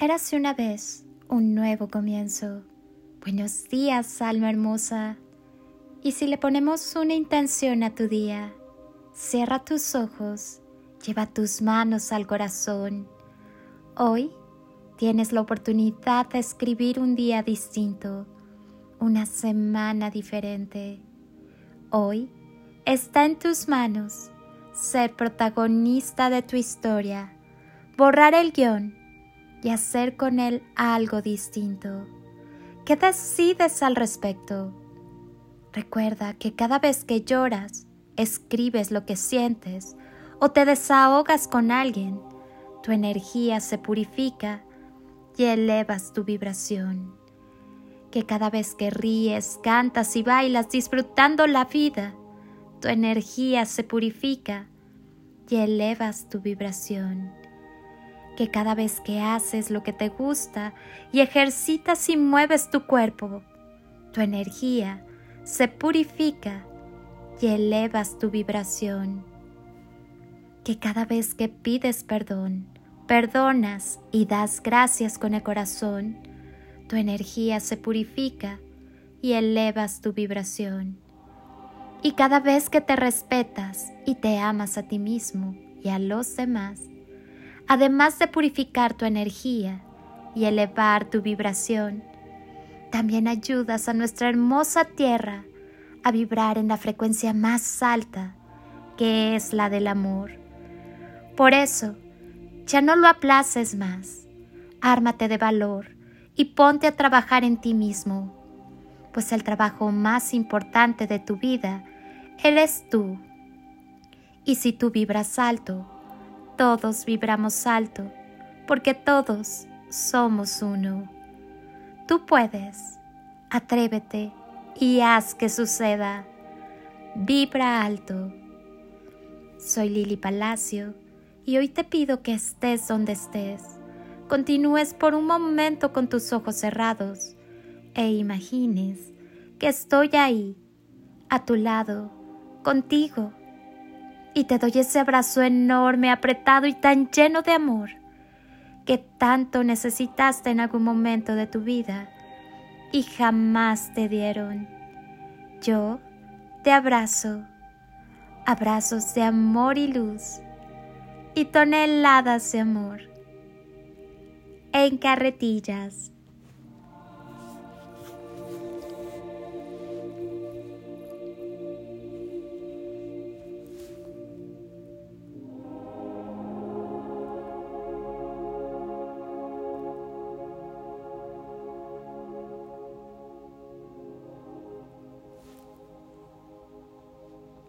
Érase una vez un nuevo comienzo. Buenos días, alma hermosa. Y si le ponemos una intención a tu día, cierra tus ojos, lleva tus manos al corazón. Hoy tienes la oportunidad de escribir un día distinto, una semana diferente. Hoy está en tus manos ser protagonista de tu historia, borrar el guión y hacer con él algo distinto. ¿Qué decides al respecto? Recuerda que cada vez que lloras, escribes lo que sientes o te desahogas con alguien, tu energía se purifica y elevas tu vibración. Que cada vez que ríes, cantas y bailas disfrutando la vida, tu energía se purifica y elevas tu vibración. Que cada vez que haces lo que te gusta y ejercitas y mueves tu cuerpo, tu energía se purifica y elevas tu vibración. Que cada vez que pides perdón, perdonas y das gracias con el corazón, tu energía se purifica y elevas tu vibración. Y cada vez que te respetas y te amas a ti mismo y a los demás, además de purificar tu energía y elevar tu vibración, también ayudas a nuestra hermosa tierra a vibrar en la frecuencia más alta, que es la del amor. Por eso, ya no lo aplaces más. Ármate de valor y ponte a trabajar en ti mismo, pues el trabajo más importante de tu vida eres tú. Y si tú vibras alto, todos vibramos alto, porque todos somos uno. Tú puedes, atrévete y haz que suceda. Vibra alto. Soy Lili Palacio y hoy te pido que estés donde estés, continúes por un momento con tus ojos cerrados e imagines que estoy ahí, a tu lado, contigo. Y te doy ese abrazo enorme, apretado y tan lleno de amor que tanto necesitaste en algún momento de tu vida y jamás te dieron. Yo te abrazo, abrazos de amor y luz y toneladas de amor en carretillas.